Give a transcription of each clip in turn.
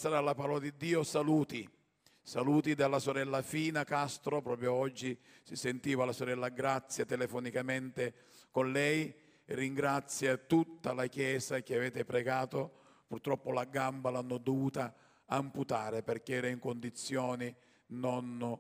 sarà la parola di Dio. Saluti dalla sorella Fina Castro. Proprio oggi si sentiva la sorella Grazia telefonicamente con lei. Ringrazia tutta la Chiesa che avete pregato. Purtroppo la gamba l'hanno dovuta amputare perché era in condizioni non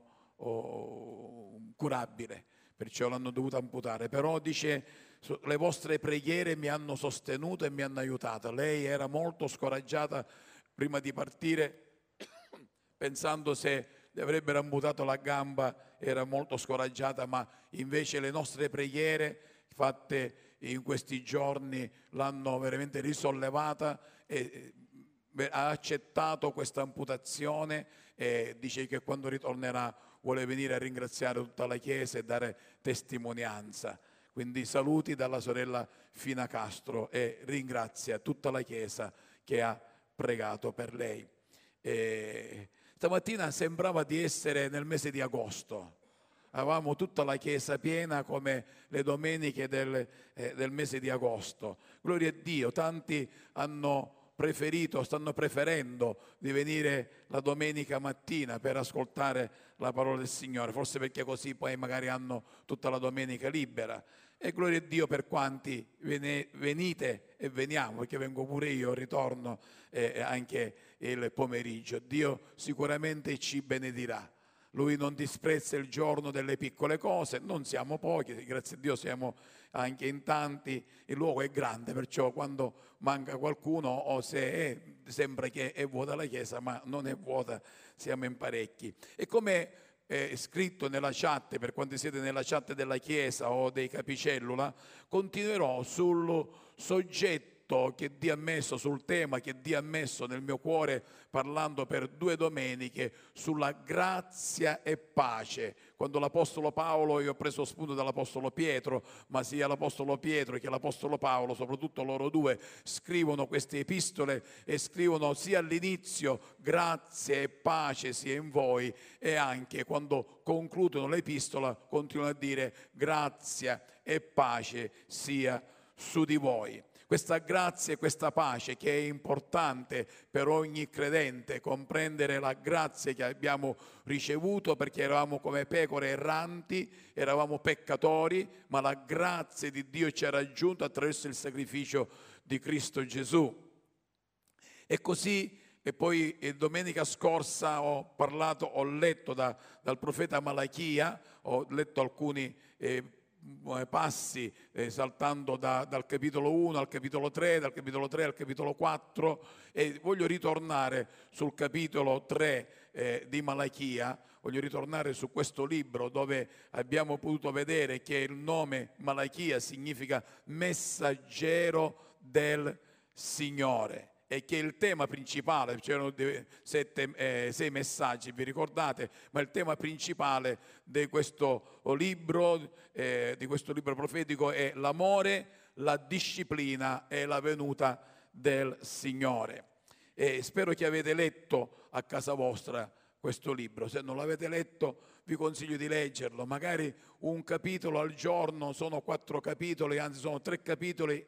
curabile, perciò l'hanno dovuta amputare. Però dice: le vostre preghiere mi hanno sostenuto e mi hanno aiutata. Lei era molto scoraggiata prima di partire, pensando se le avrebbero amputato la gamba, era molto scoraggiata, ma invece le nostre preghiere fatte in questi giorni l'hanno veramente risollevata e ha accettato questa amputazione e dice che quando ritornerà vuole venire a ringraziare tutta la Chiesa e dare testimonianza. Quindi saluti dalla sorella Fina Castro e ringrazia tutta la Chiesa che ha pregato per lei. Stamattina sembrava di essere nel mese di agosto. Avevamo tutta la chiesa piena come le domeniche del mese di agosto. Gloria a Dio, tanti stanno preferendo di venire la domenica mattina per ascoltare la parola del Signore, forse perché così poi magari hanno tutta la domenica libera. E gloria a Dio per quanti venite e veniamo, perché vengo pure io, ritorno anche il pomeriggio. Dio sicuramente ci benedirà. Lui non disprezza il giorno delle piccole cose, non siamo pochi, grazie a Dio siamo anche in tanti, il luogo è grande, perciò quando manca qualcuno o se sembra che è vuota la chiesa, ma non è vuota, siamo in parecchi. E come è scritto nella chat, per quanti siete nella chat della chiesa o dei capicellula, continuerò sul soggetto che Dio ha messo, sul tema che Dio ha messo nel mio cuore, parlando per 2 domeniche sulla grazia e pace. Quando l'Apostolo Paolo, io ho preso spunto dall'Apostolo Pietro, ma sia l'Apostolo Pietro che l'Apostolo Paolo, soprattutto loro due, scrivono queste epistole e scrivono sia all'inizio grazia e pace sia in voi, e anche quando concludono l'epistola continuano a dire grazia e pace sia su di voi. Questa grazia e questa pace che è importante per ogni credente, comprendere la grazia che abbiamo ricevuto perché eravamo come pecore erranti, eravamo peccatori, ma la grazia di Dio ci ha raggiunto attraverso il sacrificio di Cristo Gesù. E così, e poi domenica scorsa ho letto dal profeta Malachia, ho letto alcuni passi saltando dal capitolo 1 al capitolo 3, dal capitolo 3 al capitolo 4, e voglio ritornare sul capitolo 3 di Malachia. Voglio ritornare su questo libro dove abbiamo potuto vedere che il nome Malachia significa messaggero del Signore, e che il tema principale, c'erano 6 messaggi, vi ricordate, ma il tema principale di questo libro profetico è l'amore, la disciplina e la venuta del Signore. E spero che avete letto a casa vostra questo libro. Se non l'avete letto vi consiglio di leggerlo, magari un capitolo al giorno, sono 4 capitoli, anzi sono 3 capitoli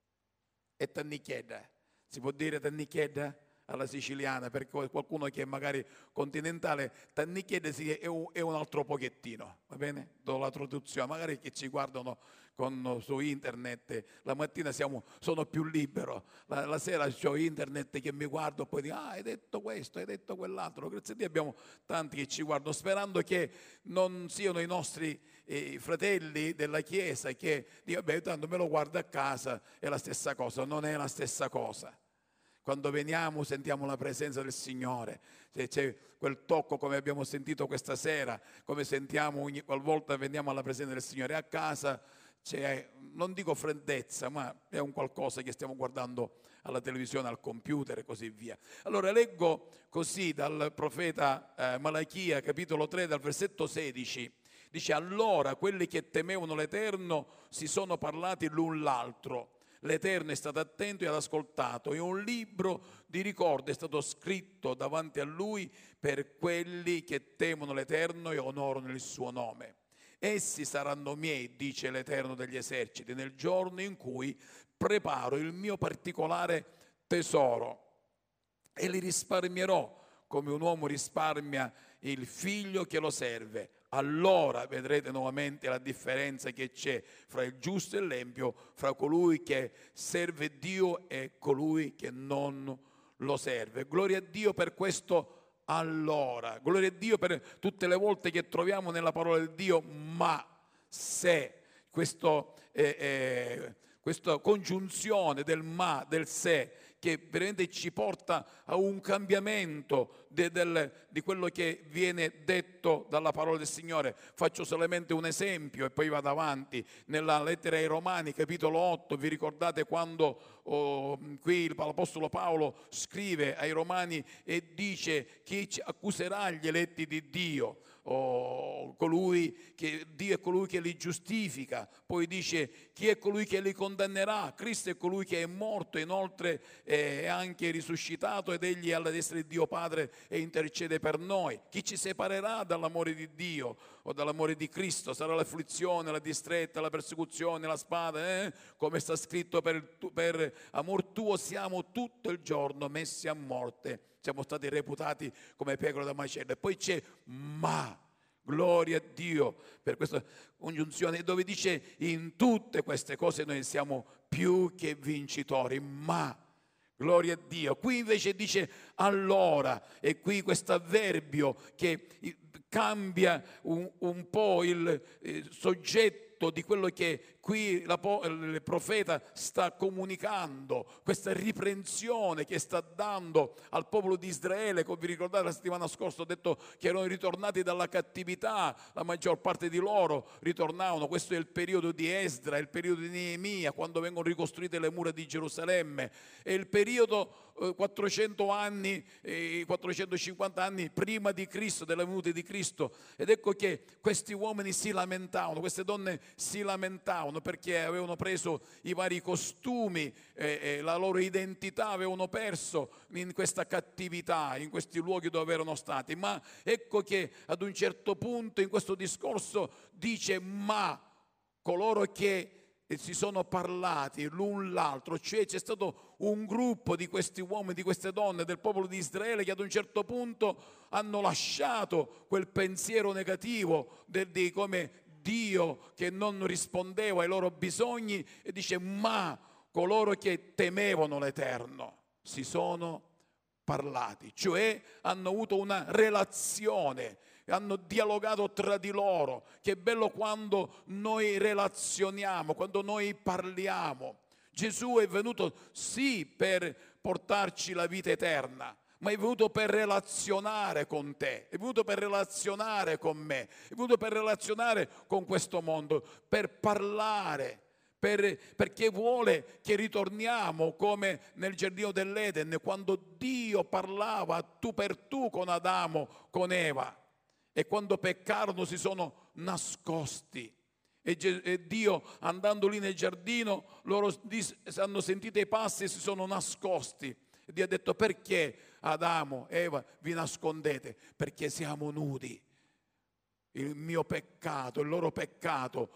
e tannicchietta. Si può dire tannicchietta alla siciliana, perché qualcuno che è magari continentale, tannicchietta è un altro pochettino, va bene? Do la traduzione, magari che ci guardano su internet, la mattina sono più libero, la sera ho internet che mi guardo e poi dico hai detto questo, hai detto quell'altro. Grazie a Dio abbiamo tanti che ci guardano, sperando che non siano i nostri fratelli della Chiesa che dicono beh tanto me lo guardo a casa, è la stessa cosa. Non è la stessa cosa. Quando veniamo sentiamo la presenza del Signore, se c'è quel tocco come abbiamo sentito questa sera, come sentiamo ogni qualvolta veniamo alla presenza del Signore. A casa c'è, non dico freddezza, ma è un qualcosa che stiamo guardando alla televisione, al computer e così via. Allora leggo così dal profeta Malachia, capitolo 3, dal versetto 16. Dice: allora quelli che temevano l'Eterno si sono parlati l'un l'altro. L'Eterno è stato attento e ha ascoltato, e un libro di ricordo è stato scritto davanti a Lui per quelli che temono l'Eterno e onorano il suo nome. Essi saranno miei, dice l'Eterno degli eserciti, nel giorno in cui preparo il mio particolare tesoro. e li risparmierò come un uomo risparmia il figlio che lo serve. Allora vedrete nuovamente la differenza che c'è fra il giusto e l'empio, fra colui che serve Dio e colui che non lo serve. Gloria a Dio per questo allora. Gloria a Dio per tutte le volte che troviamo nella parola di Dio ma, se, questa congiunzione del ma, del se, che veramente ci porta a un cambiamento di quello che viene detto dalla parola del Signore. Faccio solamente un esempio e poi vado avanti. Nella lettera ai Romani, capitolo 8, vi ricordate quando qui l'Apostolo Paolo scrive ai Romani e dice: chi ci accuserà gli eletti di Dio? Dio è colui che li giustifica. Poi dice: chi è colui che li condannerà? Cristo è colui che è morto, inoltre è anche risuscitato, ed egli è alla destra di Dio Padre e intercede per noi. Chi ci separerà dall'amore di Dio o dall'amore di Cristo? Sarà l'afflizione, la distretta, la persecuzione, la spada, come sta scritto: per amor tuo siamo tutto il giorno messi a morte, siamo stati reputati come pecore da macello. E poi c'è ma. Gloria a Dio per questa congiunzione, dove dice: in tutte queste cose noi siamo più che vincitori. Ma, gloria a Dio. Qui invece dice allora, e qui questo avverbio che cambia un po' il soggetto di quello che qui il profeta sta comunicando, questa riprensione che sta dando al popolo di Israele. Come vi ricordate la settimana scorsa ho detto che erano ritornati dalla cattività, la maggior parte di loro ritornavano. Questo è il periodo di Esdra, è il periodo di Neemia, quando vengono ricostruite le mura di Gerusalemme, è il periodo 400 anni, 450 anni prima di Cristo, della venuta di Cristo. Ed ecco che questi uomini si lamentavano, queste donne si lamentavano perché avevano preso i vari costumi, la loro identità avevano perso in questa cattività, in questi luoghi dove erano stati. Ma ecco che ad un certo punto in questo discorso dice: ma coloro che si sono parlati l'un l'altro, cioè c'è stato un gruppo di questi uomini, di queste donne del popolo di Israele che ad un certo punto hanno lasciato quel pensiero negativo di come Dio che non rispondeva ai loro bisogni, e dice: ma coloro che temevano l'Eterno si sono parlati, cioè hanno avuto una relazione, hanno dialogato tra di loro. Che bello quando noi relazioniamo, quando noi parliamo. Gesù è venuto sì per portarci la vita eterna, ma è venuto per relazionare con te, è venuto per relazionare con me, è venuto per relazionare con questo mondo, per parlare, perché vuole che ritorniamo come nel giardino dell'Eden, quando Dio parlava tu per tu con Adamo, con Eva, e quando peccarono si sono nascosti. E Dio, andando lì nel giardino, loro hanno sentito i passi e si sono nascosti. E Dio ha detto: perché Adamo, Eva, vi nascondete? Perché siamo nudi. Il mio peccato, il loro peccato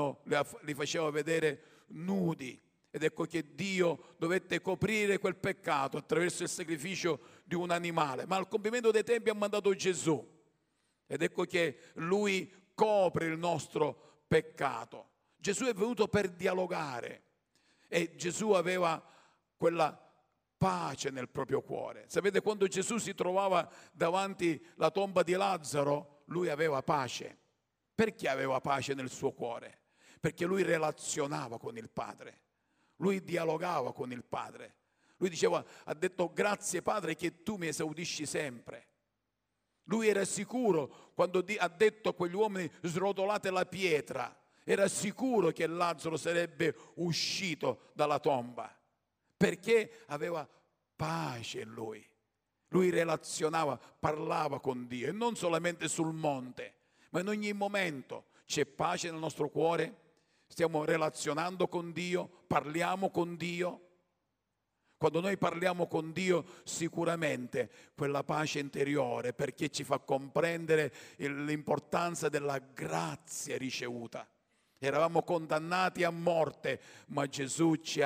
li faceva vedere nudi. Ed ecco che Dio dovette coprire quel peccato attraverso il sacrificio di un animale. Ma al compimento dei tempi ha mandato Gesù. Ed ecco che Lui copre il nostro peccato. Gesù è venuto per dialogare, e Gesù aveva quella pace nel proprio cuore. Sapete, quando Gesù si trovava davanti alla tomba di Lazzaro, lui aveva pace. Perché aveva pace nel suo cuore? Perché lui relazionava con il Padre, lui dialogava con il Padre. Lui ha detto: grazie Padre che tu mi esaudisci sempre. Lui era sicuro, quando ha detto a quegli uomini: srotolate la pietra, era sicuro che Lazzaro sarebbe uscito dalla tomba, perché aveva pace in lui. Lui relazionava, parlava con Dio, e non solamente sul monte, ma in ogni momento. C'è pace nel nostro cuore, stiamo relazionando con Dio, parliamo con Dio. Quando noi parliamo con Dio, sicuramente quella pace interiore, perché ci fa comprendere l'importanza della grazia ricevuta. Eravamo condannati a morte, ma Gesù ci ha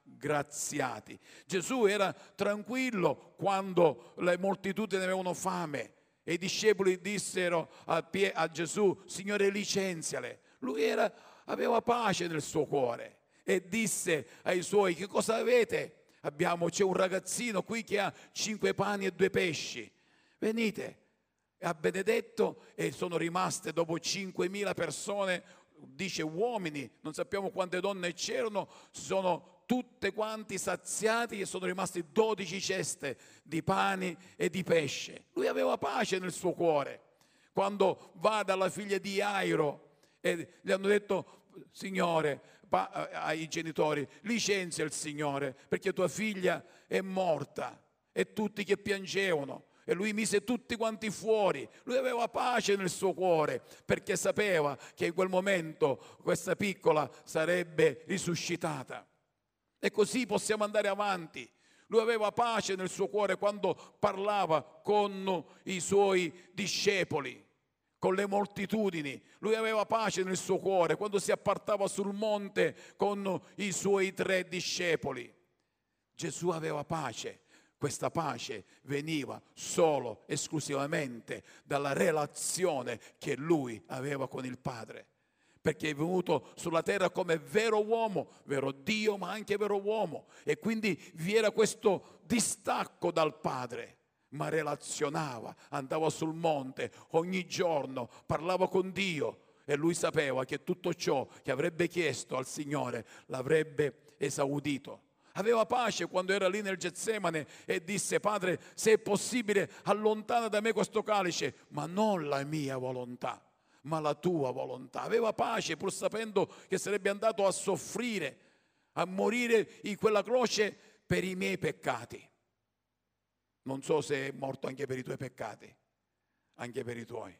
graziati. Gesù era tranquillo quando le moltitudini avevano fame e i discepoli dissero a Gesù: Signore, licenziale. Lui aveva pace nel suo cuore e disse ai suoi: che cosa avete? C'è un ragazzino qui che ha 5 pani e 2 pesci, venite. E ha benedetto e sono rimaste dopo 5.000 persone, dice uomini, non sappiamo quante donne c'erano, sono tutte quanti saziati e sono rimasti 12 ceste di pani e di pesce. Lui aveva pace nel suo cuore. Quando va dalla figlia di Jairo e gli hanno detto: Signore, ai genitori, licenzia il Signore perché tua figlia è morta, e tutti che piangevano. E lui mise tutti quanti fuori. Lui aveva pace nel suo cuore perché sapeva che in quel momento questa piccola sarebbe risuscitata. E così possiamo andare avanti. Lui aveva pace nel suo cuore quando parlava con i suoi discepoli, con le moltitudini. Lui aveva pace nel suo cuore quando si appartava sul monte con i suoi 3 discepoli. Gesù aveva pace. Questa pace veniva solo, esclusivamente dalla relazione che lui aveva con il Padre, perché è venuto sulla terra come vero uomo, vero Dio ma anche vero uomo, e quindi vi era questo distacco dal Padre, ma relazionava, andava sul monte ogni giorno, parlava con Dio, e lui sapeva che tutto ciò che avrebbe chiesto al Signore l'avrebbe esaudito. Aveva pace quando era lì nel Getsemane e disse: Padre, se è possibile, allontana da me questo calice, ma non la mia volontà, ma la tua volontà. Aveva pace pur sapendo che sarebbe andato a soffrire, a morire in quella croce per i miei peccati. Non so se è morto anche per i tuoi peccati, anche per i tuoi.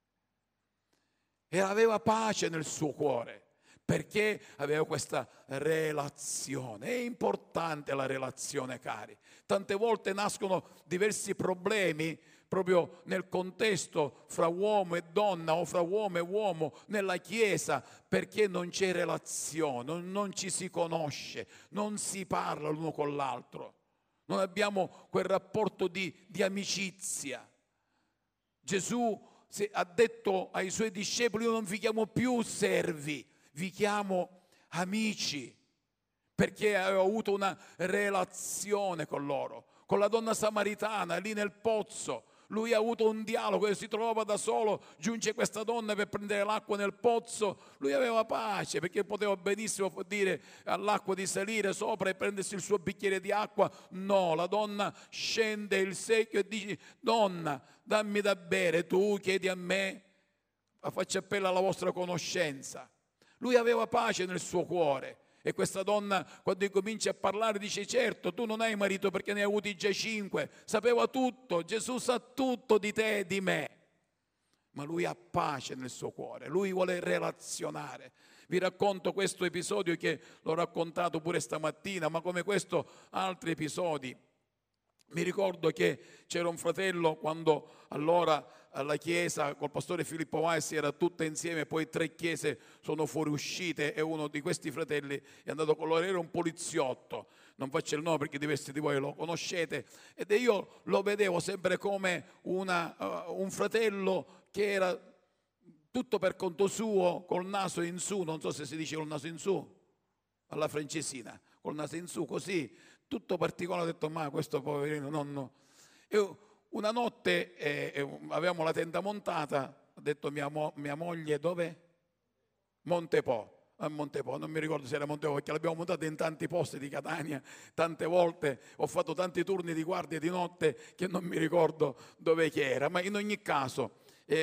E aveva pace nel suo cuore, perché aveva questa relazione. È importante la relazione, cari. Tante volte nascono diversi problemi proprio nel contesto fra uomo e donna o fra uomo e uomo nella Chiesa, perché non c'è relazione, non ci si conosce, non si parla l'uno con l'altro, non abbiamo quel rapporto di amicizia. Gesù ha detto ai suoi discepoli: io non vi chiamo più servi, vi chiamo amici, perché aveva avuto una relazione con loro. Con la donna samaritana lì nel pozzo, lui ha avuto un dialogo, si trovava da solo, giunge questa donna per prendere l'acqua nel pozzo, lui aveva pace perché poteva benissimo dire all'acqua di salire sopra e prendersi il suo bicchiere di acqua. No, la donna scende il secchio e dice: donna, dammi da bere. Tu chiedi a me, faccio appello alla vostra conoscenza. Lui aveva pace nel suo cuore. E questa donna, quando incomincia a parlare, dice: certo, tu non hai marito perché ne hai avuti già 5. Sapeva tutto, Gesù sa tutto di te e di me. Ma lui ha pace nel suo cuore, lui vuole relazionare. Vi racconto questo episodio che l'ho raccontato pure stamattina, ma come questo altri episodi. Mi ricordo che c'era un fratello quando allora alla chiesa col pastore Filippo Weiss era tutta insieme, poi 3 chiese sono fuoriuscite e uno di questi fratelli è andato con loro, era un poliziotto, non faccio il nome perché diversi di voi lo conoscete, ed io lo vedevo sempre come un fratello che era tutto per conto suo, col naso in su, non so se si dice col naso in su, alla francesina, col naso in su così, tutto particolare. Ho detto: ma questo poverino no. E una notte avevamo la tenda montata, ho detto mia moglie: dove? Montepo, a Montepo, non mi ricordo se era Montepo perché l'abbiamo montata in tanti posti di Catania, tante volte ho fatto tanti turni di guardia di notte che non mi ricordo dove che era, ma in ogni caso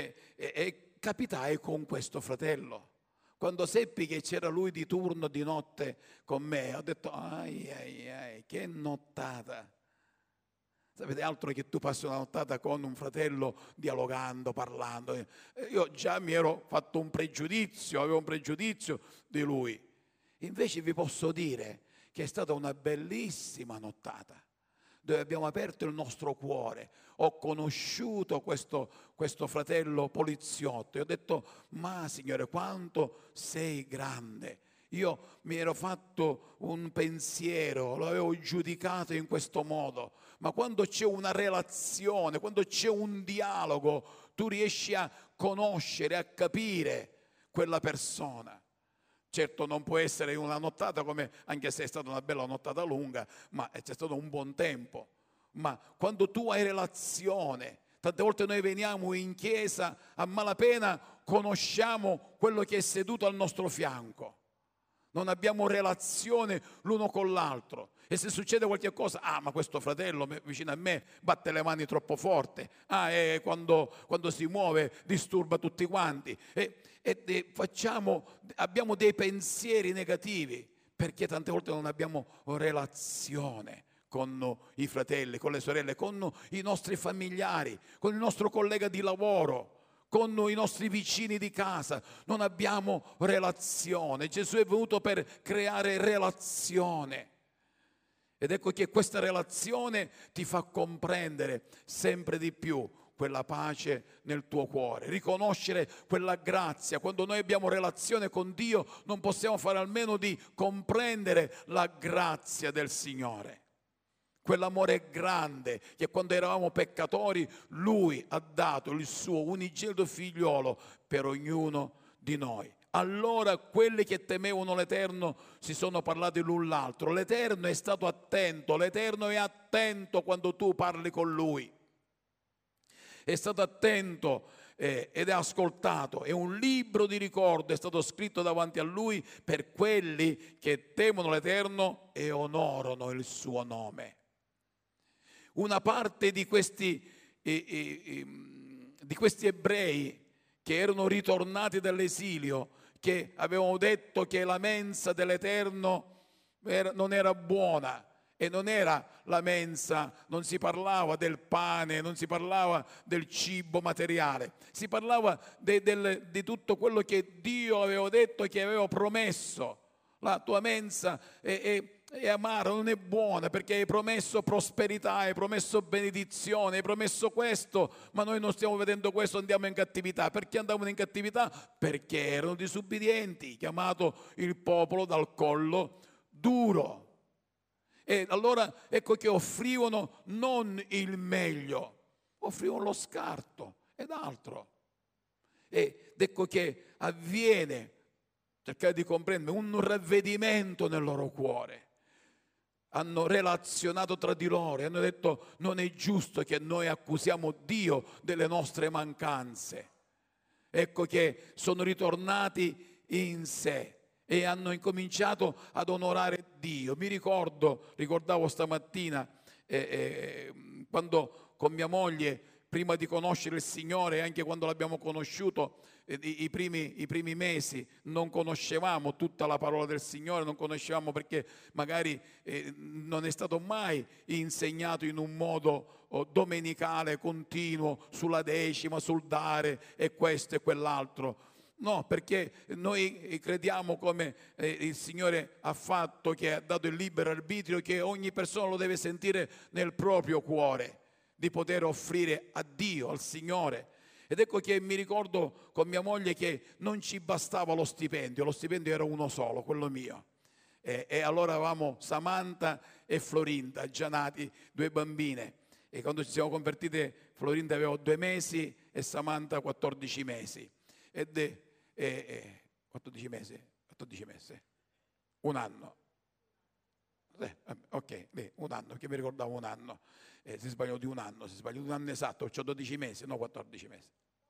capitai con questo fratello. Quando seppi che c'era lui di turno di notte con me, ho detto: ai, che nottata. Sapete, altro che tu passi una nottata con un fratello dialogando, parlando. Io già mi ero fatto un pregiudizio, avevo un pregiudizio di lui. Invece vi posso dire che è stata una bellissima nottata, dove abbiamo aperto il nostro cuore. Ho conosciuto questo fratello poliziotto e ho detto: ma Signore, quanto sei grande. Io mi ero fatto un pensiero, lo avevo giudicato in questo modo, ma quando c'è una relazione, quando c'è un dialogo, tu riesci a conoscere, a capire quella persona. Certo non può essere in una nottata, come, anche se è stata una bella nottata lunga, ma c'è stato un buon tempo. Ma quando tu hai relazione, tante volte noi veniamo in chiesa, a malapena conosciamo quello che è seduto al nostro fianco. Non abbiamo relazione l'uno con l'altro. E se succede qualche cosa, ma questo fratello vicino a me batte le mani troppo forte. Quando si muove disturba tutti quanti. Abbiamo dei pensieri negativi perché tante volte non abbiamo relazione con i fratelli, con le sorelle, con i nostri familiari, con il nostro collega di lavoro, con i nostri vicini di casa. Non abbiamo relazione. Gesù è venuto per creare relazione. Ed ecco che questa relazione ti fa comprendere sempre di più quella pace nel tuo cuore, riconoscere quella grazia. Quando noi abbiamo relazione con Dio non possiamo fare almeno di comprendere la grazia del Signore. Quell'amore grande che quando eravamo peccatori Lui ha dato il suo unigenito figliolo per ognuno di noi. Allora quelli che temevano l'Eterno si sono parlati l'un l'altro. L'Eterno è stato attento, l'Eterno è attento quando tu parli con Lui. È stato attento ed è ascoltato. E un libro di ricordo è stato scritto davanti a Lui per quelli che temono l'Eterno e onorano il suo nome. Una parte di questi ebrei che erano ritornati dall'esilio, che avevano detto che la mensa dell'Eterno non era buona, e non era la mensa, non si parlava del pane, non si parlava del cibo materiale, si parlava di tutto quello che Dio aveva detto, che aveva promesso. La tua mensa è amara, non è buona, perché hai promesso prosperità, hai promesso benedizione, hai promesso questo, ma noi non stiamo vedendo questo, andiamo in cattività. Perché andavano in cattività? Perché erano disubbidienti, chiamato il popolo dal collo duro. E allora ecco che offrivano non il meglio, offrivano lo scarto ed altro. Ed ecco che avviene, cercare di comprendere, un ravvedimento nel loro cuore. Hanno relazionato tra di loro e hanno detto: non è giusto che noi accusiamo Dio delle nostre mancanze. Ecco che sono ritornati in sé e hanno incominciato ad onorare Dio. Ricordavo stamattina quando con mia moglie, prima di conoscere il Signore, e anche quando l'abbiamo conosciuto, i primi mesi non conoscevamo tutta la parola del Signore, non conoscevamo perché magari non è stato mai insegnato in un modo domenicale, continuo, sulla decima, sul dare e questo e quell'altro. No, perché noi crediamo, come il Signore ha fatto, che ha dato il libero arbitrio, che ogni persona lo deve sentire nel proprio cuore, di poter offrire a Dio, al Signore. Ed ecco che mi ricordo con mia moglie che non ci bastava lo stipendio era uno solo, quello mio. E allora avevamo Samantha e Florinda, già nati, 2 bambine. E quando ci siamo convertite, Florinda aveva 2 mesi e Samantha 14 mesi. 14 mesi, un anno. Ok, un anno, che mi ricordavo un anno. Si sbagliò di un anno esatto, ho 12 mesi, no 14 mesi.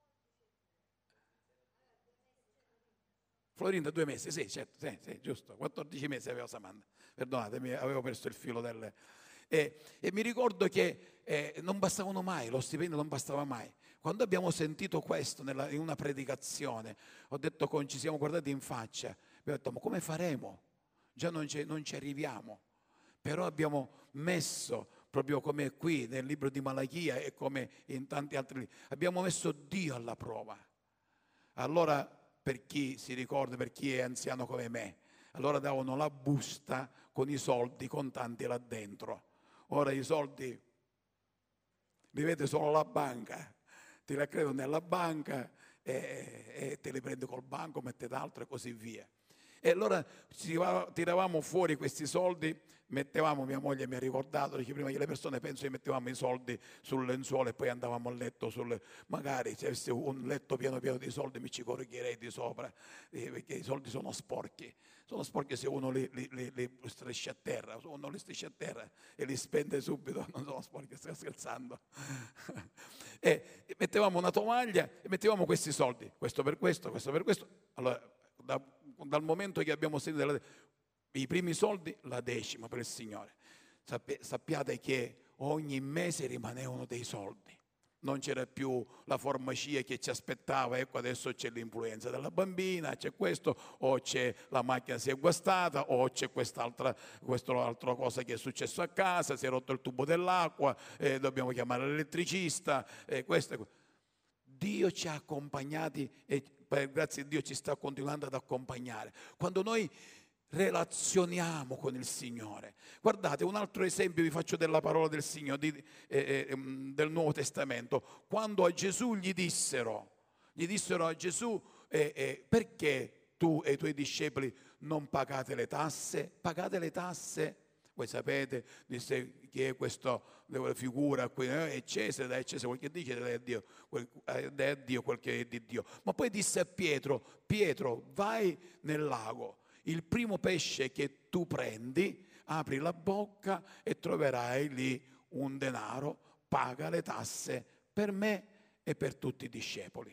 Florinda 2 mesi, sì, certo, sì, giusto, 14 mesi aveva Samantha, perdonatemi, avevo perso il filo delle... E mi ricordo che non bastavano mai, lo stipendio non bastava mai. Quando abbiamo sentito questo in una predicazione, ci siamo guardati in faccia, abbiamo detto: ma come faremo? Già non ci arriviamo. Però abbiamo messo, proprio come qui nel libro di Malachia e come in tanti altri libri, abbiamo messo Dio alla prova. Allora, per chi si ricorda, per chi è anziano come me, allora davano la busta con i soldi contanti là dentro. Ora i soldi li vede solo la banca, ti li accredito nella banca e te li prende col banco, mette d'altro e così via. E allora tiravamo fuori questi soldi, mettevamo, mia moglie mi ha ricordato, dice prima che le persone pensano che mettevamo i soldi sul lenzuolo e poi andavamo a letto, magari se avessi un letto pieno di soldi mi ci corricherei di sopra, perché i soldi sono sporchi se uno li striscia a terra, uno li striscia a terra e li spende subito, non sono sporchi, sto scherzando. E mettevamo una tovaglia e mettevamo questi soldi, questo per questo, questo per questo. Allora, dal momento che abbiamo sentito i primi soldi, la decima per il Signore. Sappiate che ogni mese rimanevano dei soldi. Non c'era più la farmacia che ci aspettava, ecco adesso c'è l'influenza della bambina, c'è questo, o c'è la macchina si è guastata, o c'è quest'altra cosa che è successo a casa, si è rotto il tubo dell'acqua, dobbiamo chiamare l'elettricista, Dio ci ha accompagnati e grazie a Dio ci sta continuando ad accompagnare. Quando noi relazioniamo con il Signore. Guardate, un altro esempio vi faccio della parola del Signore, del Nuovo Testamento. Quando a Gesù gli dissero a Gesù, perché tu e i tuoi discepoli non pagate le tasse? Pagate le tasse? Voi sapete, disse, chi è questa figura qui? È Cesare, dai a Cesare quel che dice, dai a Dio quel che è di Dio. Ma poi disse a Pietro, vai nel lago. Il primo pesce che tu prendi, apri la bocca e troverai lì un denaro, paga le tasse per me e per tutti i discepoli.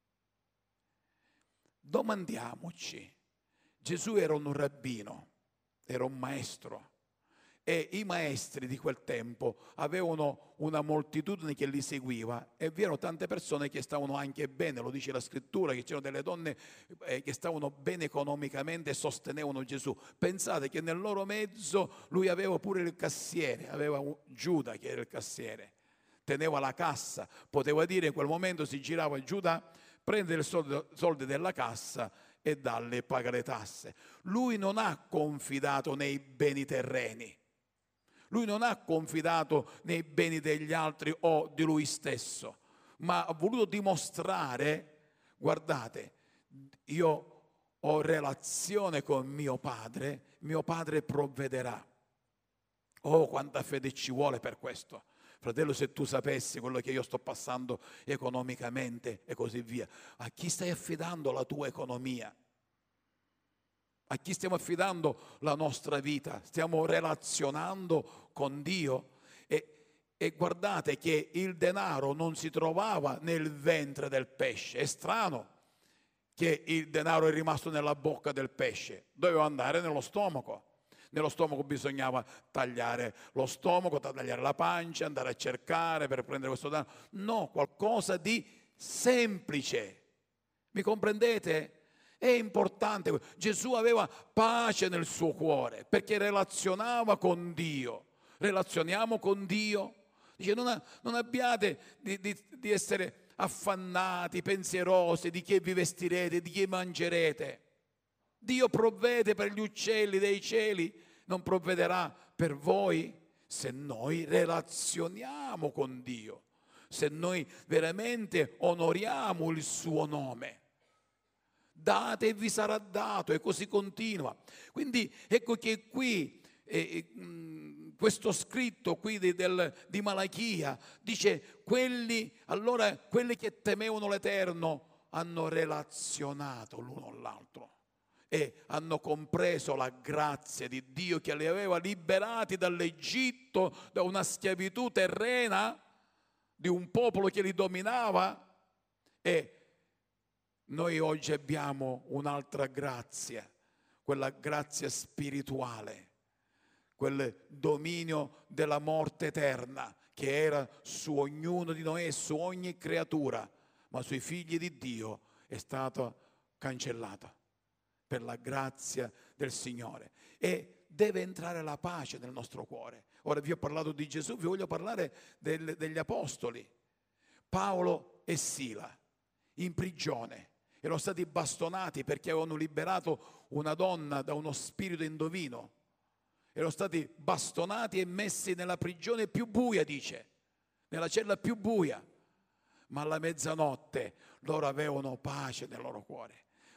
Domandiamoci, Gesù era un rabbino, era un maestro. E i maestri di quel tempo avevano una moltitudine che li seguiva e vi erano tante persone che stavano anche bene, lo dice la scrittura, che c'erano delle donne che stavano bene economicamente e sostenevano Gesù. Pensate che nel loro mezzo lui aveva pure il cassiere, aveva Giuda che era il cassiere, teneva la cassa, poteva dire in quel momento si girava Giuda, prende i soldi della cassa e dalle paga le tasse. Lui non ha confidato nei beni terreni. Lui non ha confidato nei beni degli altri o di lui stesso, ma ha voluto dimostrare, guardate, io ho relazione con mio padre provvederà. Oh, quanta fede ci vuole per questo. Fratello, se tu sapessi quello che io sto passando economicamente e così via, a chi stai affidando la tua economia? A chi stiamo affidando la nostra vita? Stiamo relazionando con Dio? E guardate che il denaro non si trovava nel ventre del pesce. È strano che il denaro è rimasto nella bocca del pesce. Doveva andare nello stomaco. Nello stomaco bisognava tagliare lo stomaco, tagliare la pancia, andare a cercare per prendere questo denaro. No, qualcosa di semplice. Mi comprendete? È importante. Gesù aveva pace nel suo cuore perché relazionava con Dio. Relazioniamo con Dio. Dice, non abbiate di essere affannati, pensierosi di che vi vestirete, di che mangerete. Dio provvede per gli uccelli dei cieli, non provvederà per voi se noi relazioniamo con Dio, se noi veramente onoriamo il suo nome. Date e vi sarà dato, e così continua. Quindi ecco che qui questo scritto qui di Malachia dice quelli che temevano l'Eterno hanno relazionato l'uno all'altro e hanno compreso la grazia di Dio che li aveva liberati dall'Egitto, da una schiavitù terrena di un popolo che li dominava. E noi oggi abbiamo un'altra grazia, quella grazia spirituale, quel dominio della morte eterna che era su ognuno di noi e su ogni creatura, ma sui figli di Dio è stata cancellata per la grazia del Signore. E deve entrare la pace nel nostro cuore. Ora vi ho parlato di Gesù, vi voglio parlare degli apostoli. Paolo e Sila in prigione. Erano stati bastonati perché avevano liberato una donna da uno spirito indovino. Erano stati bastonati e messi nella prigione più buia, dice, nella cella più buia. Ma alla mezzanotte loro avevano pace nel loro cuore.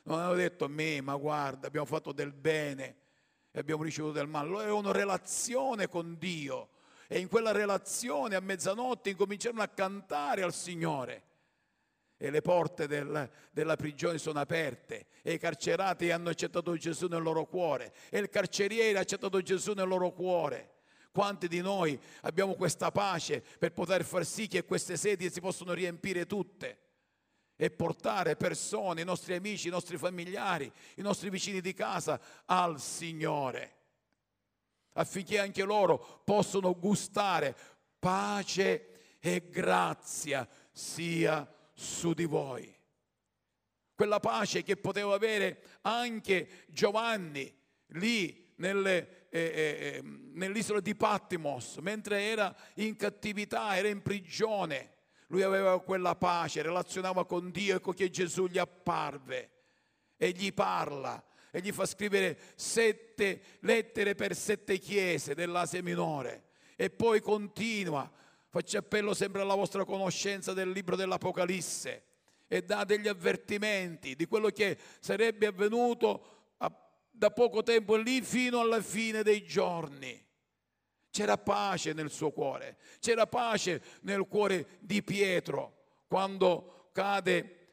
non hanno detto a me, ma guarda, abbiamo fatto del bene e abbiamo ricevuto del male. Loro avevano relazione con Dio e in quella relazione a mezzanotte incominciarono a cantare al Signore. E le porte della prigione sono aperte e i carcerati hanno accettato Gesù nel loro cuore e il carceriere ha accettato Gesù nel loro cuore. Quanti di noi abbiamo questa pace per poter far sì che queste sedie si possano riempire tutte e portare persone, i nostri amici, i nostri familiari, i nostri vicini di casa al Signore, affinché anche loro possano gustare pace e grazia sia su di voi. Quella pace che poteva avere anche Giovanni lì nell'isola di Patmos, mentre era in cattività, era in prigione. Lui aveva quella pace, relazionava con Dio. Ecco che Gesù gli apparve e gli parla e gli fa scrivere 7 lettere per 7 chiese dell'Asia Minore e poi continua. Faccio appello sempre alla vostra conoscenza del libro dell'Apocalisse e dà degli avvertimenti di quello che sarebbe avvenuto da poco tempo lì fino alla fine dei giorni. C'era pace nel suo cuore, c'era pace nel cuore di Pietro quando cade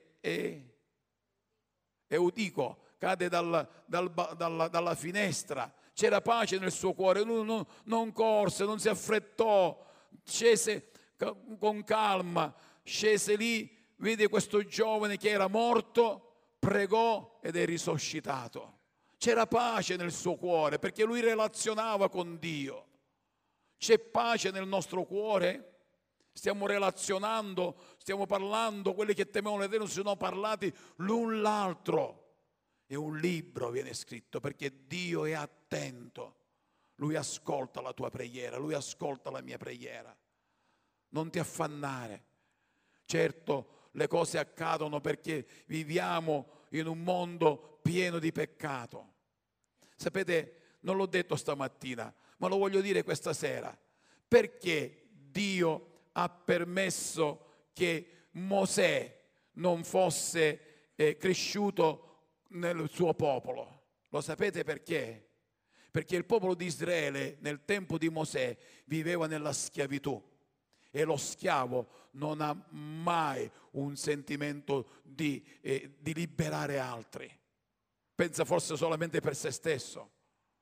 Eutico, cade dalla finestra. C'era pace nel suo cuore, lui non corse, non si affrettò, scese con calma, scese lì, vede questo giovane che era morto, pregò ed è risuscitato. C'era pace nel suo cuore perché lui relazionava con Dio. C'è pace nel nostro cuore? Stiamo relazionando, stiamo parlando, quelli che temevano l'Eterno si sono parlati l'un l'altro. E un libro viene scritto perché Dio è attento. Lui ascolta la tua preghiera, Lui ascolta la mia preghiera. Non ti affannare. Certo, le cose accadono perché viviamo in un mondo pieno di peccato. Sapete, non l'ho detto stamattina, ma lo voglio dire questa sera. Perché Dio ha permesso che Mosè non fosse cresciuto nel suo popolo? Lo sapete perché? Perché il popolo di Israele nel tempo di Mosè viveva nella schiavitù e lo schiavo non ha mai un sentimento di liberare altri. Pensa forse solamente per se stesso.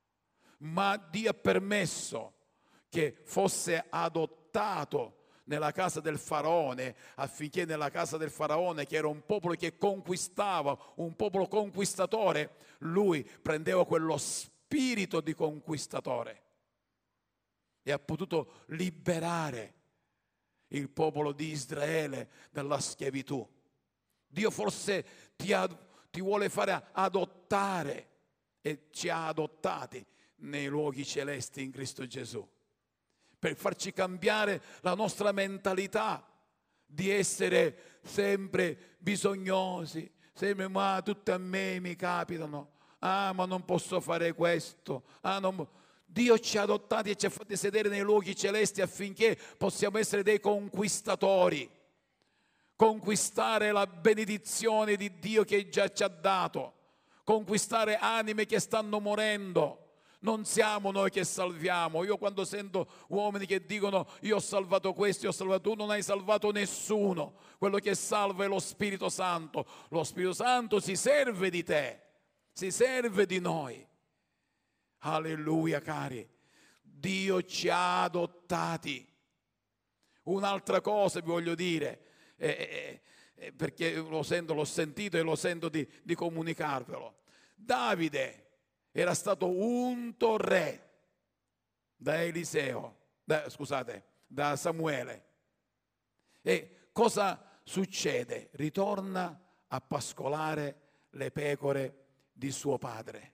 Ma Dio ha permesso che fosse adottato nella casa del faraone, affinché nella casa del faraone, che era un popolo che conquistava, un popolo conquistatore, lui prendeva quello spirito di conquistatore e ha potuto liberare il popolo di Israele dalla schiavitù. Dio forse ti vuole fare adottare e ci ha adottati nei luoghi celesti in Cristo Gesù, per farci cambiare la nostra mentalità di essere sempre bisognosi, sempre ma tutte a me mi capitano, ma non posso fare questo, Dio ci ha adottati e ci ha fatti sedere nei luoghi celesti affinché possiamo essere dei conquistatori, conquistare la benedizione di Dio che già ci ha dato, conquistare anime che stanno morendo. Non siamo noi che salviamo. Io quando sento uomini che dicono io ho salvato questo, io ho salvato, tu non hai salvato nessuno. Quello che salva è lo Spirito Santo. Lo Spirito Santo si serve di te, si serve di noi. Alleluia, cari. Dio ci ha adottati. Un'altra cosa vi voglio dire, perché l'ho sentito e lo sento di comunicarvelo. Davide era stato unto re da Samuele. E cosa succede? Ritorna a pascolare le pecore di suo padre.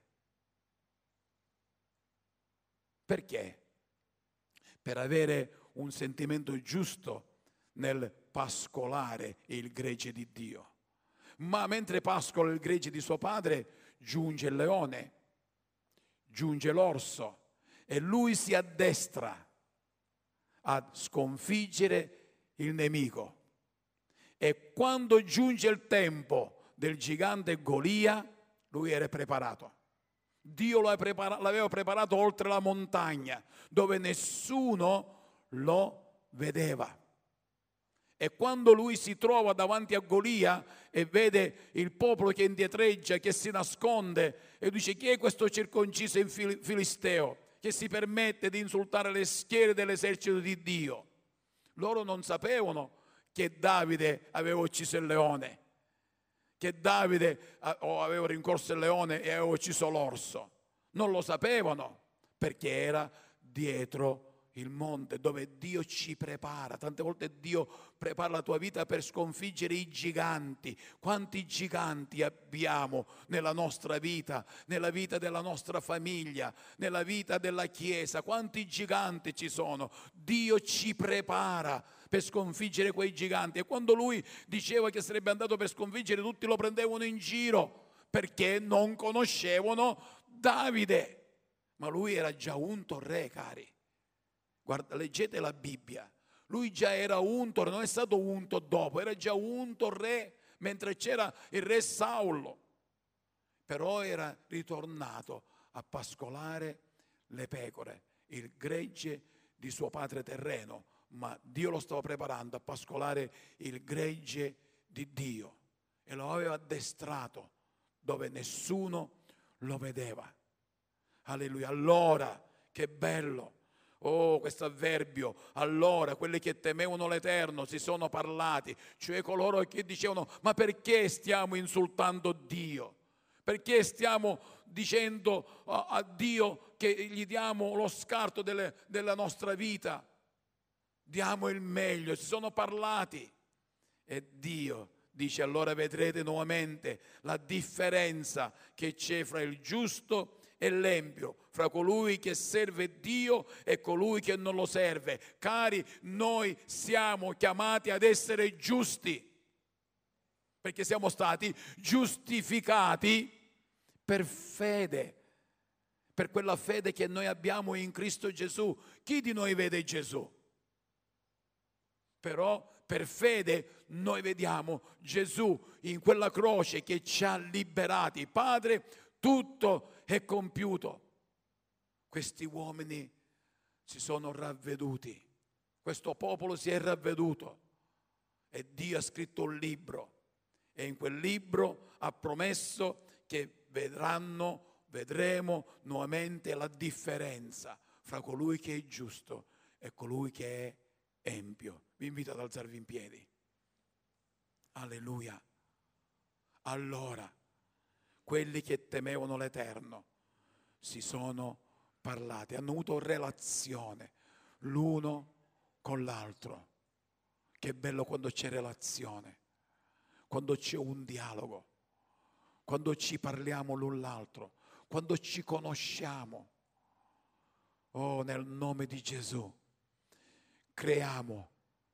Perché? Per avere un sentimento giusto nel pascolare il gregge di Dio. Ma mentre pascola il gregge di suo padre, giunge il leone, giunge l'orso e lui si addestra a sconfiggere il nemico. E quando giunge il tempo del gigante Golia, lui era preparato. Dio l'aveva preparato oltre la montagna, dove nessuno lo vedeva. E quando lui si trova davanti a Golia e vede il popolo che indietreggia, che si nasconde, e dice: chi è questo circonciso in filisteo che si permette di insultare le schiere dell'esercito di Dio? Loro non sapevano che Davide aveva ucciso il leone, che Davide aveva rincorso il leone e aveva ucciso l'orso. Non lo sapevano, perché era dietro il monte dove Dio ci prepara. Tante volte Dio prepara la tua vita per sconfiggere i giganti. Quanti giganti abbiamo nella nostra vita, nella vita della nostra famiglia, nella vita della Chiesa? Quanti giganti ci sono? Dio ci prepara per sconfiggere quei giganti. E quando lui diceva che sarebbe andato per sconfiggere, tutti lo prendevano in giro perché non conoscevano Davide. Ma lui era già unto re, cari. Guarda, leggete la Bibbia. Lui già era unto, non è stato unto dopo, era già unto re mentre c'era il re Saulo. Però era ritornato a pascolare le pecore, il gregge di suo padre terreno, ma Dio lo stava preparando a pascolare il gregge di Dio e lo aveva addestrato dove nessuno lo vedeva. Alleluia. Allora, che bello! Oh, questo avverbio, allora quelli che temevano l'Eterno si sono parlati, cioè coloro che dicevano: ma perché stiamo insultando Dio? Perché stiamo dicendo a Dio che gli diamo lo scarto della nostra vita? Diamo il meglio. Si sono parlati e Dio dice: allora vedrete nuovamente la differenza che c'è fra il giusto e l'empio, fra colui che serve Dio e colui che non lo serve. Cari, noi siamo chiamati ad essere giusti, perché siamo stati giustificati per fede, per quella fede che noi abbiamo in Cristo Gesù. Chi di noi vede Gesù? Però per fede noi vediamo Gesù in quella croce che ci ha liberati. Padre, tutto è compiuto. Questi uomini si sono ravveduti, questo popolo si è ravveduto e Dio ha scritto un libro e in quel libro ha promesso che vedremo nuovamente la differenza fra colui che è giusto e colui che è empio. Vi invito ad alzarvi in piedi. Alleluia. Allora quelli che temevano l'Eterno si sono parlati, hanno avuto relazione l'uno con l'altro. Che bello quando c'è relazione, quando c'è un dialogo, quando ci parliamo l'un l'altro, quando ci conosciamo. Oh, nel nome di Gesù, creiamo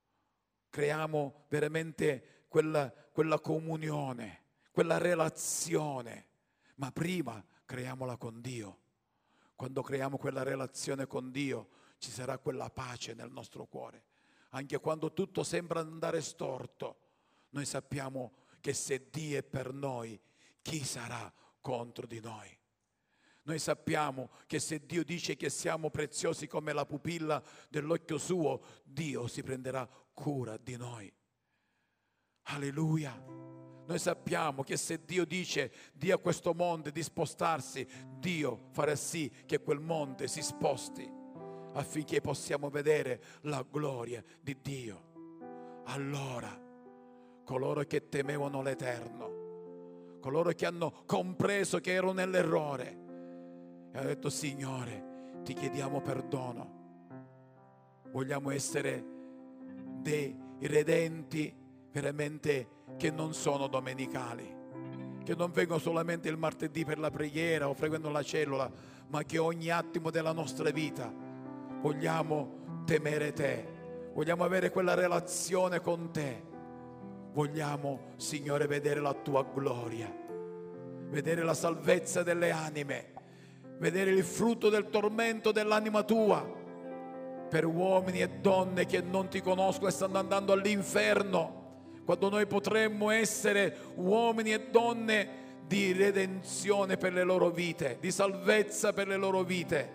veramente quella comunione, quella relazione, ma prima creiamola con Dio. Quando creiamo quella relazione con Dio ci sarà quella pace nel nostro cuore. Anche quando tutto sembra andare storto, noi sappiamo che se Dio è per noi, chi sarà contro di noi? Noi sappiamo che se Dio dice che siamo preziosi come la pupilla dell'occhio suo, Dio si prenderà cura di noi. Alleluia. Noi sappiamo che se Dio dice di a questo monte di spostarsi, Dio farà sì che quel monte si sposti affinché possiamo vedere la gloria di Dio. Allora, coloro che temevano l'Eterno, coloro che hanno compreso che erano nell'errore, e hanno detto: Signore, ti chiediamo perdono. Vogliamo essere dei redenti veramente che non sono domenicali, che non vengono solamente il martedì per la preghiera o frequentano la cellula, ma che ogni attimo della nostra vita vogliamo temere te, vogliamo avere quella relazione con te, vogliamo, Signore, vedere la tua gloria, vedere la salvezza delle anime, vedere il frutto del tormento dell'anima tua, per uomini e donne che non ti conoscono e stanno andando all'inferno. quando noi potremmo essere uomini e donne di redenzione per le loro vite, di salvezza per le loro vite.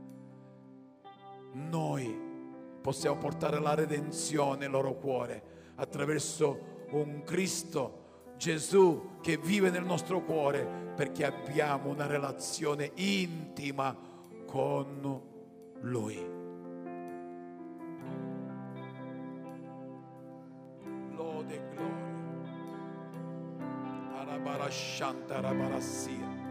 Noi possiamo portare la redenzione nel loro cuore attraverso un Cristo Gesù che vive nel nostro cuore, perché abbiamo una relazione intima con Lui. Lode e gloria. Arabarashanta, arabarassia.